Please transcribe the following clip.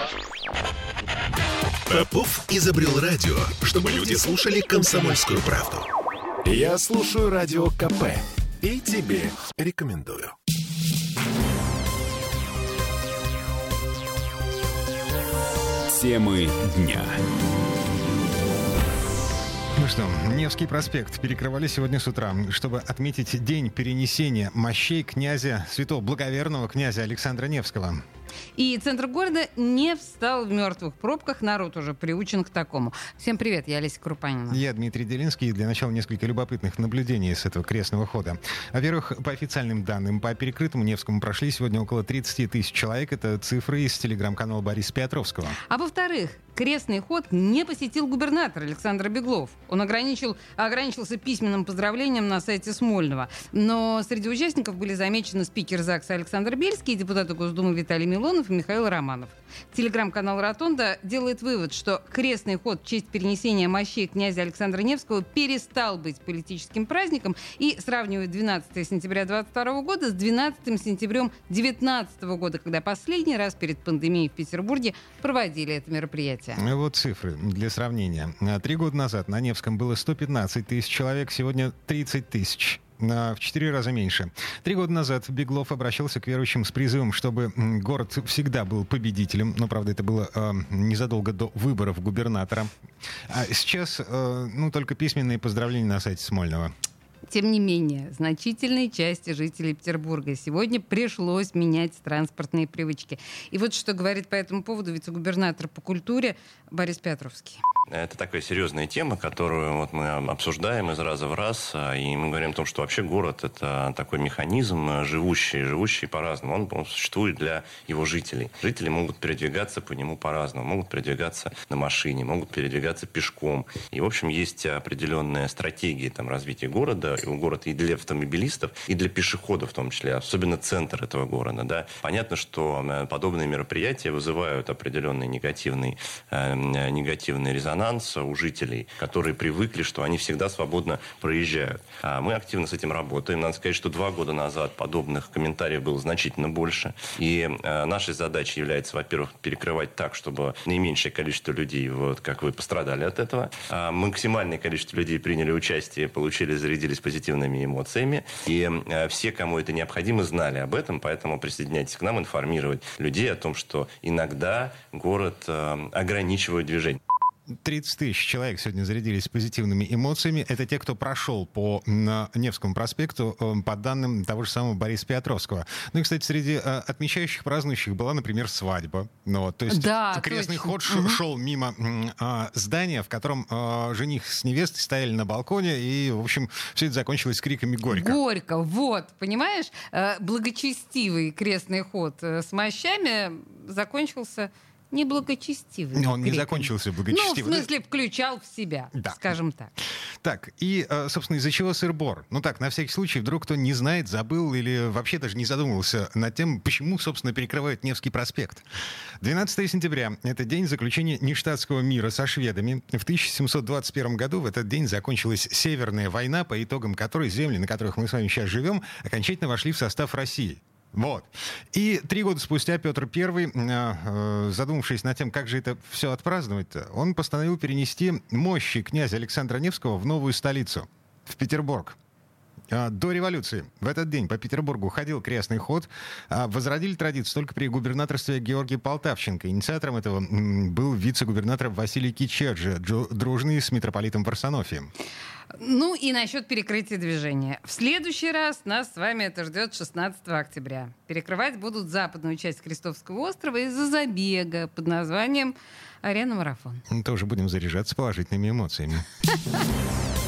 Попов изобрел радио, чтобы люди слушали «Комсомольскую правду». Я слушаю Радио КП и тебе рекомендую. Темы дня. Ну что, Невский проспект перекрывали сегодня с утра, чтобы отметить день перенесения мощей князя, святого благоверного князя Александра Невского. И центр города не встал в мертвых пробках. Народ уже приучен к такому. Всем привет, я Олеся Крупанина. Я Дмитрий Делинский. Для начала несколько любопытных наблюдений с этого крестного хода. Во-первых, по официальным данным, по перекрытому Невскому прошли сегодня около 30 тысяч человек. Это цифры из телеграм-канала Бориса Петровского. А во-вторых, крестный ход не посетил губернатор Александр Беглов. Он ограничился письменным поздравлением на сайте Смольного. Но среди участников были замечены спикер ЗАГСа Александр Бельский и депутаты Госдумы Виталий Милонов и Михаил Романов. Телеграм-канал «Ротонда» делает вывод, что крестный ход в честь перенесения мощей князя Александра Невского перестал быть политическим праздником и сравнивает 12 сентября 2022 года с 12 сентябрем 2019 года, когда последний раз перед пандемией в Петербурге проводили это мероприятие. Вот цифры для сравнения. 3 года назад на Невском было 115 тысяч человек, сегодня 30 тысяч. В 4 раза меньше. 3 года назад Беглов обращался к верующим с призывом, чтобы город всегда был победителем. Но, правда, это было незадолго до выборов губернатора. А сейчас только письменные поздравления на сайте Смольного. Тем не менее, значительной части жителей Петербурга сегодня пришлось менять транспортные привычки. И вот что говорит по этому поводу вице-губернатор по культуре Борис Петровский. Это такая серьезная тема, которую мы обсуждаем из раза в раз. И мы говорим о том, что вообще город – это такой механизм, живущий по-разному. Он существует для его жителей. Жители могут передвигаться по нему по-разному. Могут передвигаться на машине, могут передвигаться пешком. И, в общем, есть определенные стратегии развития города. И для автомобилистов, и для пешеходов в том числе. Особенно центр этого города. Да. Понятно, что подобные мероприятия вызывают определенный негативный резонанс у жителей, которые привыкли, что они всегда свободно проезжают. Мы активно с этим работаем. Надо сказать, что 2 года назад подобных комментариев было значительно больше. И нашей задачей является, во-первых, перекрывать так, чтобы наименьшее количество людей, как вы, пострадали от этого. Максимальное количество людей приняли участие, зарядились позитивными эмоциями. И все, кому это необходимо, знали об этом. Поэтому присоединяйтесь к нам, информировать людей о том, что иногда город ограничивает движение. 30 тысяч человек сегодня зарядились позитивными эмоциями. Это те, кто прошел по Невскому проспекту, по данным того же самого Бориса Петровского. Ну и, кстати, среди отмечающих, празднующих была, например, свадьба. То есть крестный ход шел мимо здания, в котором жених с невестой стояли на балконе, и, в общем, все это закончилось криками «Горько». Горько, понимаешь? Благочестивый крестный ход с мощами закончился неблагочестивый. Он не закончился благочестивым. В смысле, включал в себя, скажем так. Так, и, собственно, из-за чего сыр-бор? На всякий случай, вдруг кто не знает, забыл или вообще даже не задумывался над тем, почему, собственно, перекрывают Невский проспект. 12 сентября — это день заключения нештатского мира со шведами. В 1721 году в этот день закончилась Северная война, по итогам которой земли, на которых мы с вами сейчас живем, окончательно вошли в состав России. И 3 года спустя Петр I, задумавшись над тем, как же это все отпраздновать-то, он постановил перенести мощи князя Александра Невского в новую столицу, в Петербург. До революции в этот день по Петербургу ходил крестный ход. Возродили традицию только при губернаторстве Георгия Полтавченко. Инициатором этого был вице-губернатор Василий Кичерджи, дружный с митрополитом Варсонофием. И насчет перекрытия движения. В следующий раз нас с вами это ждет 16 октября. Перекрывать будут западную часть Крестовского острова из-за забега под названием «Арена-марафон». Тоже будем заряжаться положительными эмоциями.